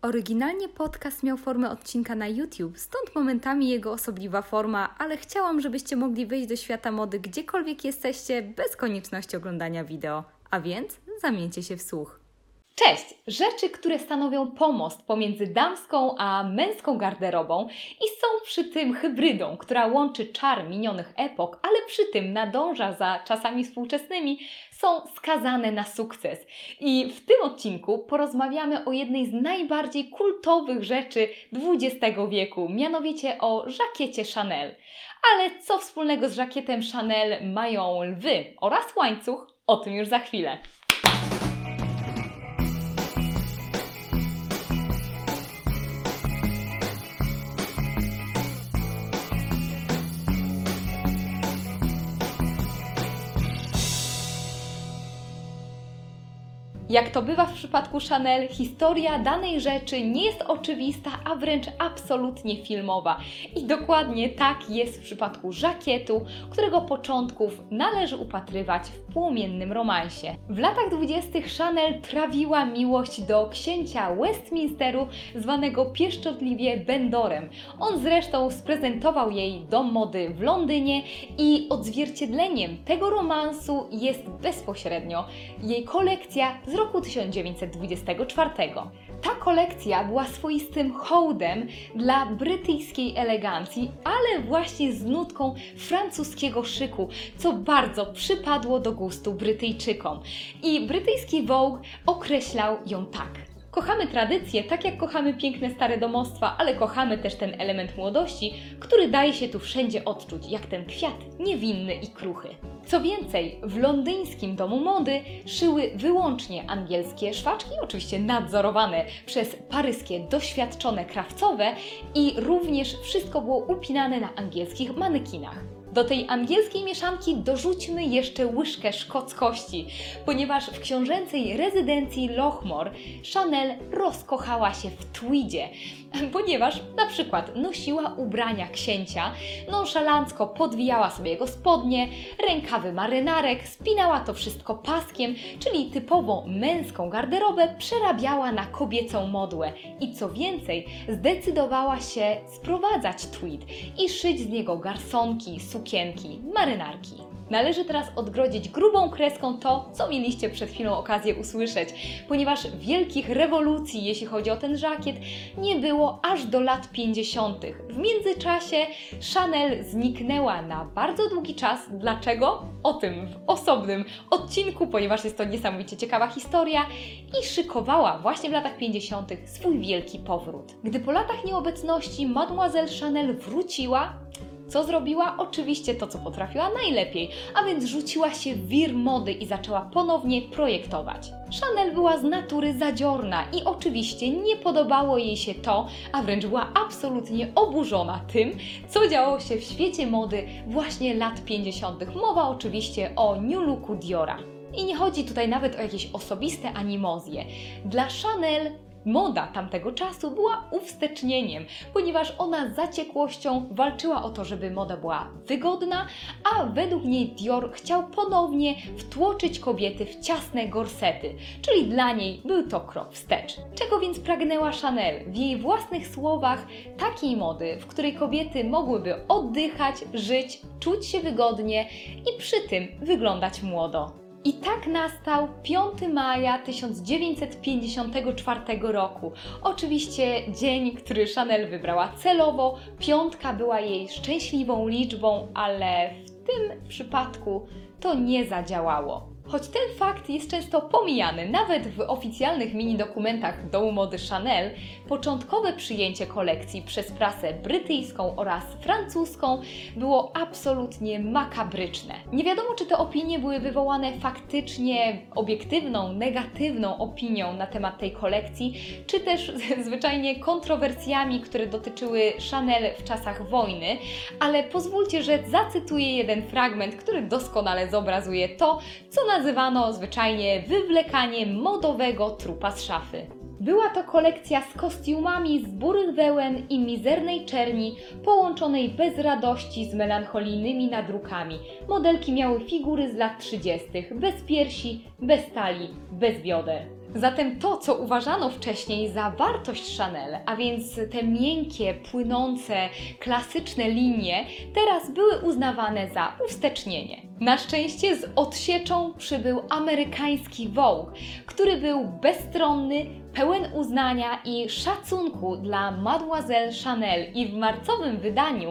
Oryginalnie podcast miał formę odcinka na YouTube, stąd momentami jego osobliwa forma, ale chciałam, żebyście mogli wejść do świata mody gdziekolwiek jesteście, bez konieczności oglądania wideo. A więc zamieńcie się w słuch. Cześć! Rzeczy, które stanowią pomost pomiędzy damską a męską garderobą i są przy tym hybrydą, która łączy czar minionych epok, ale przy tym nadąża za czasami współczesnymi, są skazane na sukces. I w tym odcinku porozmawiamy o jednej z najbardziej kultowych rzeczy XX wieku, mianowicie o żakiecie Chanel. Ale co wspólnego z żakietem Chanel mają lwy oraz łańcuch? O tym już za chwilę. Jak to bywa w przypadku Chanel, historia danej rzeczy nie jest oczywista, a wręcz absolutnie filmowa. I dokładnie tak jest w przypadku żakietu, którego początków należy upatrywać w płomiennym romansie. W latach 20. Chanel trawiła miłość do księcia Westminsteru, zwanego pieszczotliwie Bendorem. On zresztą sprezentował jej dom mody w Londynie i odzwierciedleniem tego romansu jest bezpośrednio jej kolekcja z roku 1924. Ta kolekcja była swoistym hołdem dla brytyjskiej elegancji, ale właśnie z nutką francuskiego szyku, co bardzo przypadło do gustu Brytyjczykom. I brytyjski Vogue określał ją tak. Kochamy tradycję, tak jak kochamy piękne stare domostwa, ale kochamy też ten element młodości, który daje się tu wszędzie odczuć, jak ten kwiat niewinny i kruchy. Co więcej, w londyńskim domu mody szyły wyłącznie angielskie szwaczki, oczywiście nadzorowane przez paryskie doświadczone krawcowe i również wszystko było upinane na angielskich manekinach. Do tej angielskiej mieszanki dorzućmy jeszcze łyżkę szkockości, ponieważ w książęcej rezydencji Lochmore Chanel rozkochała się w tweedzie, ponieważ na przykład nosiła ubrania księcia, nonszalancko podwijała sobie jego spodnie, rękawy marynarek, spinała to wszystko paskiem, czyli typowo męską garderobę przerabiała na kobiecą modłę i co więcej, zdecydowała się sprowadzać tweed i szyć z niego garsonki, sukienki, marynarki. Należy teraz odgrodzić grubą kreską to, co mieliście przed chwilą okazję usłyszeć, ponieważ wielkich rewolucji, jeśli chodzi o ten żakiet, nie było aż do lat 50. W międzyczasie Chanel zniknęła na bardzo długi czas. Dlaczego? O tym w osobnym odcinku, ponieważ jest to niesamowicie ciekawa historia i szykowała właśnie w latach 50. swój wielki powrót. Gdy po latach nieobecności Mademoiselle Chanel wróciła, co zrobiła? Oczywiście to, co potrafiła najlepiej, a więc rzuciła się w wir mody i zaczęła ponownie projektować. Chanel była z natury zadziorna i oczywiście nie podobało jej się to, a wręcz była absolutnie oburzona tym, co działo się w świecie mody właśnie lat 50. Mowa oczywiście o New Looku Diora. I nie chodzi tutaj nawet o jakieś osobiste animozje. Dla Chanel moda tamtego czasu była uwstecznieniem, ponieważ ona z zaciekłością walczyła o to, żeby moda była wygodna, a według niej Dior chciał ponownie wtłoczyć kobiety w ciasne gorsety, czyli dla niej był to krok wstecz. Czego więc pragnęła Chanel? W jej własnych słowach takiej mody, w której kobiety mogłyby oddychać, żyć, czuć się wygodnie i przy tym wyglądać młodo. I tak nastał 5 maja 1954 roku. Oczywiście dzień, który Chanel wybrała celowo. Piątka była jej szczęśliwą liczbą, ale w tym przypadku to nie zadziałało. Choć ten fakt jest często pomijany, nawet w oficjalnych mini-dokumentach domu mody Chanel, początkowe przyjęcie kolekcji przez prasę brytyjską oraz francuską było absolutnie makabryczne. Nie wiadomo, czy te opinie były wywołane faktycznie obiektywną, negatywną opinią na temat tej kolekcji, czy też zwyczajnie kontrowersjami, które dotyczyły Chanel w czasach wojny, ale pozwólcie, że zacytuję jeden fragment, który doskonale zobrazuje to, co nazywano zwyczajnie wywlekaniem modowego trupa z szafy. Była to kolekcja z kostiumami z burych wełen i mizernej czerni, połączonej bez radości z melancholijnymi nadrukami. Modelki miały figury z lat 30., bez piersi, bez talii, bez bioder. Zatem to, co uważano wcześniej za wartość Chanel, a więc te miękkie, płynące, klasyczne linie, teraz były uznawane za uwstecznienie. Na szczęście z odsieczą przybył amerykański Vogue, który był bezstronny, pełen uznania i szacunku dla Mademoiselle Chanel i w marcowym wydaniu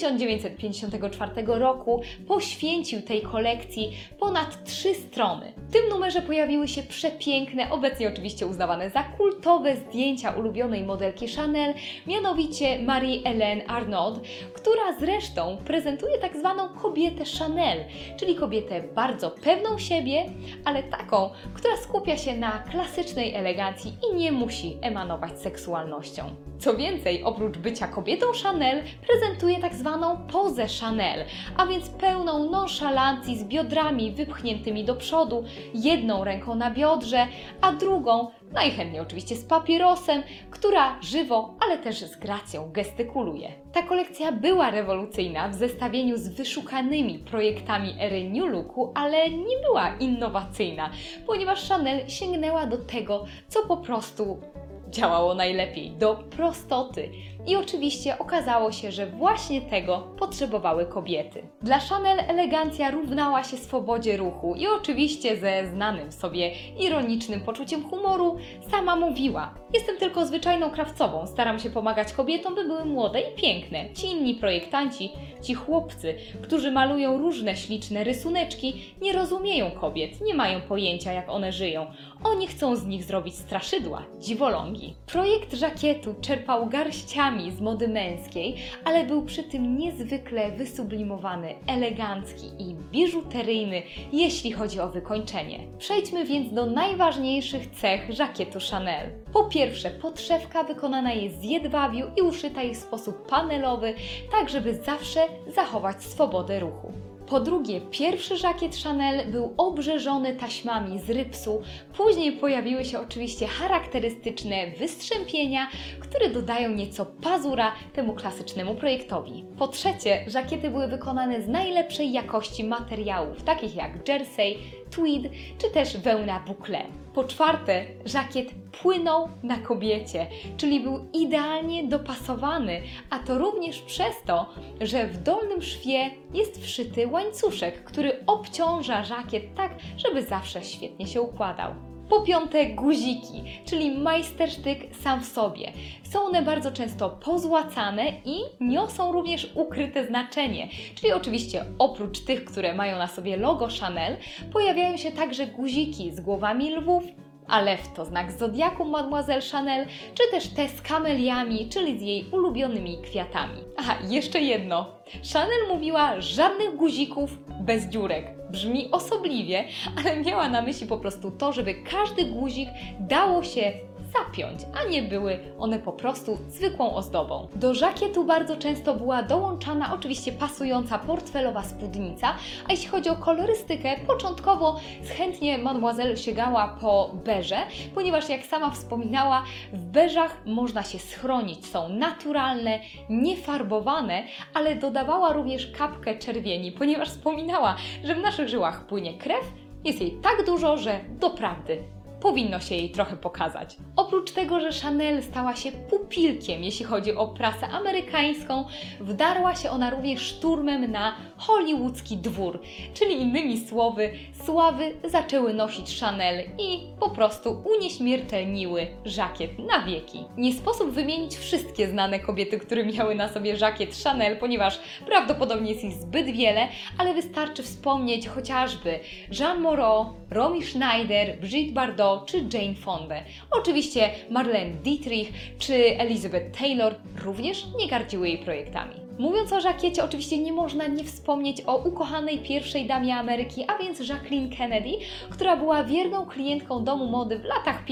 1954 roku poświęcił tej kolekcji ponad 3 strony. W tym numerze pojawiły się przepiękne, obecnie oczywiście uznawane za kultowe zdjęcia ulubionej modelki Chanel, mianowicie Marie-Hélène Arnaud, która zresztą prezentuje tak zwaną kobietę Chanel, czyli kobietę bardzo pewną siebie, ale taką, która skupia się na klasycznej elegancji i nie musi emanować seksualnością. Co więcej, oprócz bycia kobietą Chanel, prezentuje tak zwaną pozę Chanel, a więc pełną nonszalancji z biodrami wypchniętymi do przodu, jedną ręką na biodrze, a drugą, najchętniej oczywiście z papierosem, która żywo, ale też z gracją gestykuluje. Ta kolekcja była rewolucyjna w zestawieniu z wyszukanymi projektami ery New Looku, ale nie była innowacyjna, ponieważ Chanel sięgnęła do tego, co po prostu działało najlepiej, do prostoty. I oczywiście okazało się, że właśnie tego potrzebowały kobiety. Dla Chanel elegancja równała się swobodzie ruchu i oczywiście ze znanym sobie ironicznym poczuciem humoru sama mówiła: jestem tylko zwyczajną krawcową, staram się pomagać kobietom, by były młode i piękne. Ci inni projektanci, ci chłopcy, którzy malują różne śliczne rysuneczki, nie rozumieją kobiet, nie mają pojęcia, jak one żyją. Oni chcą z nich zrobić straszydła, dziwolągi. Projekt żakietu czerpał garściami z mody męskiej, ale był przy tym niezwykle wysublimowany, elegancki i biżuteryjny, jeśli chodzi o wykończenie. Przejdźmy więc do najważniejszych cech żakietu Chanel. Po pierwsze, podszewka wykonana jest z jedwabiu i uszyta jest w sposób panelowy, tak żeby zawsze zachować swobodę ruchu. Po drugie, pierwszy żakiet Chanel był obrzeżony taśmami z rypsu, później pojawiły się oczywiście charakterystyczne wystrzępienia, które dodają nieco pazura temu klasycznemu projektowi. Po trzecie, żakiety były wykonane z najlepszej jakości materiałów, takich jak jersey, tweed czy też wełna boucle. Po czwarte, żakiet płynął na kobiecie, czyli był idealnie dopasowany, a to również przez to, że w dolnym szwie jest wszyty łańcuszek, który obciąża żakiet tak, żeby zawsze świetnie się układał. Po piąte, guziki, czyli majstersztyk sam w sobie. Są one bardzo często pozłacane i niosą również ukryte znaczenie, czyli oczywiście oprócz tych, które mają na sobie logo Chanel, pojawiają się także guziki z głowami lwów, a lew to znak zodiaku Mademoiselle Chanel, czy też te z kameliami, czyli z jej ulubionymi kwiatami. Aha, jeszcze jedno. Chanel mówiła żadnych guzików bez dziurek. Brzmi osobliwie, ale miała na myśli po prostu to, żeby każdy guzik dało się zapiąć, a nie były one po prostu zwykłą ozdobą. Do żakietu bardzo często była dołączana oczywiście pasująca portfelowa spódnica, a jeśli chodzi o kolorystykę, początkowo chętnie Mademoiselle sięgała po beże, ponieważ jak sama wspominała, w beżach można się schronić, są naturalne, niefarbowane, ale dodawała również kapkę czerwieni, ponieważ wspominała, że w naszych żyłach płynie krew, jest jej tak dużo, że doprawdy powinno się jej trochę pokazać. Oprócz tego, że Chanel stała się pupilkiem, jeśli chodzi o prasę amerykańską, wdarła się ona również szturmem na hollywoodzki dwór, czyli innymi słowy, sławy zaczęły nosić Chanel i po prostu unieśmiertelniły żakiet na wieki. Nie sposób wymienić wszystkie znane kobiety, które miały na sobie żakiet Chanel, ponieważ prawdopodobnie jest ich zbyt wiele, ale wystarczy wspomnieć chociażby Jean Moreau, Romy Schneider, Brigitte Bardot czy Jane Fonda. Oczywiście Marlene Dietrich czy Elizabeth Taylor również nie gardziły jej projektami. Mówiąc o żakiecie, oczywiście nie można nie wspomnieć o ukochanej pierwszej damie Ameryki, a więc Jacqueline Kennedy, która była wierną klientką domu mody w latach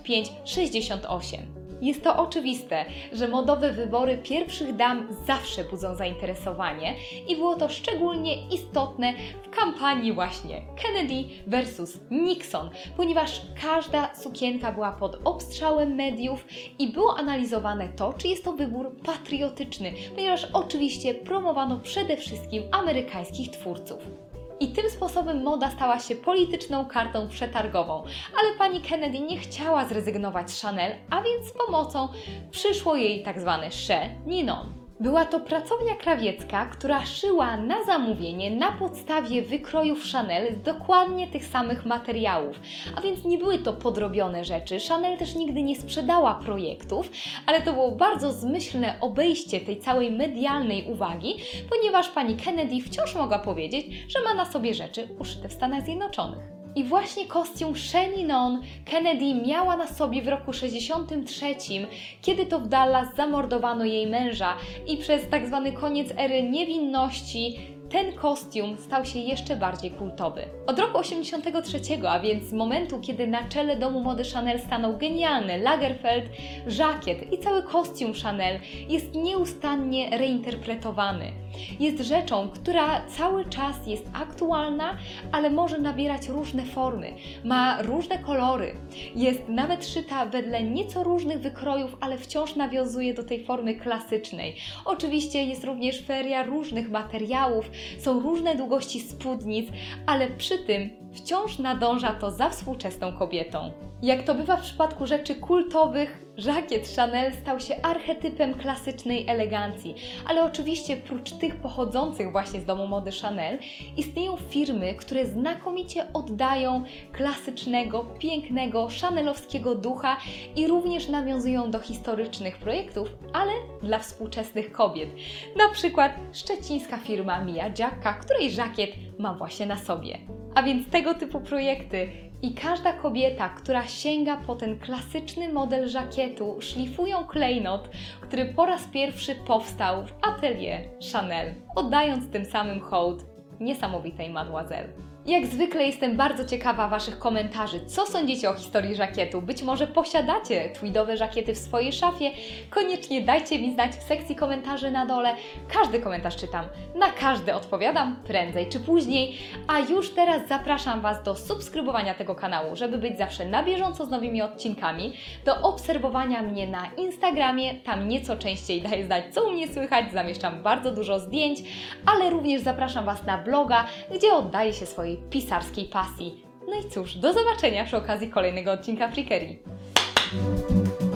55-68. Jest to oczywiste, że modowe wybory pierwszych dam zawsze budzą zainteresowanie i było to szczególnie istotne w kampanii właśnie Kennedy versus Nixon, ponieważ każda sukienka była pod obstrzałem mediów i było analizowane to, czy jest to wybór patriotyczny, ponieważ oczywiście promowano przede wszystkim amerykańskich twórców. I tym sposobem moda stała się polityczną kartą przetargową. Ale pani Kennedy nie chciała zrezygnować z Chanel, a więc z pomocą przyszło jej tak zwane chez ni non. Była to pracownia krawiecka, która szyła na zamówienie na podstawie wykrojów Chanel z dokładnie tych samych materiałów. A więc nie były to podrobione rzeczy. Chanel też nigdy nie sprzedała projektów, ale to było bardzo zmyślne obejście tej całej medialnej uwagi, ponieważ pani Kennedy wciąż mogła powiedzieć, że ma na sobie rzeczy uszyte w Stanach Zjednoczonych. I właśnie kostium chez ni non Kennedy miała na sobie w roku 1963, kiedy to w Dallas zamordowano jej męża i przez tak zwany koniec ery niewinności ten kostium stał się jeszcze bardziej kultowy. Od roku 1983, a więc z momentu, kiedy na czele domu mody Chanel stanął genialny Lagerfeld, żakiet i cały kostium Chanel jest nieustannie reinterpretowany. Jest rzeczą, która cały czas jest aktualna, ale może nabierać różne formy, ma różne kolory, jest nawet szyta wedle nieco różnych wykrojów, ale wciąż nawiązuje do tej formy klasycznej. Oczywiście jest również feria różnych materiałów, są różne długości spódnic, ale przy tym wciąż nadąża to za współczesną kobietą. Jak to bywa w przypadku rzeczy kultowych, żakiet Chanel stał się archetypem klasycznej elegancji, ale oczywiście prócz tych pochodzących właśnie z domu mody Chanel, istnieją firmy, które znakomicie oddają klasycznego, pięknego, chanelowskiego ducha i również nawiązują do historycznych projektów, ale dla współczesnych kobiet. Na przykład szczecińska firma Mia Giacca, której żakiet mam właśnie na sobie. A więc tego typu projekty i każda kobieta, która sięga po ten klasyczny model żakietu, szlifują klejnot, który po raz pierwszy powstał w atelier Chanel, oddając tym samym hołd niesamowitej mademoiselle. Jak zwykle jestem bardzo ciekawa Waszych komentarzy. Co sądzicie o historii żakietu? Być może posiadacie tweedowe żakiety w swojej szafie? Koniecznie dajcie mi znać w sekcji komentarzy na dole. Każdy komentarz czytam, na każdy odpowiadam prędzej czy później. A już teraz zapraszam Was do subskrybowania tego kanału, żeby być zawsze na bieżąco z nowymi odcinkami, do obserwowania mnie na Instagramie, tam nieco częściej daję znać, co u mnie słychać, zamieszczam bardzo dużo zdjęć, ale również zapraszam Was na bloga, gdzie oddaję się swojej pisarskiej pasji. No i cóż, do zobaczenia przy okazji kolejnego odcinka Freakery.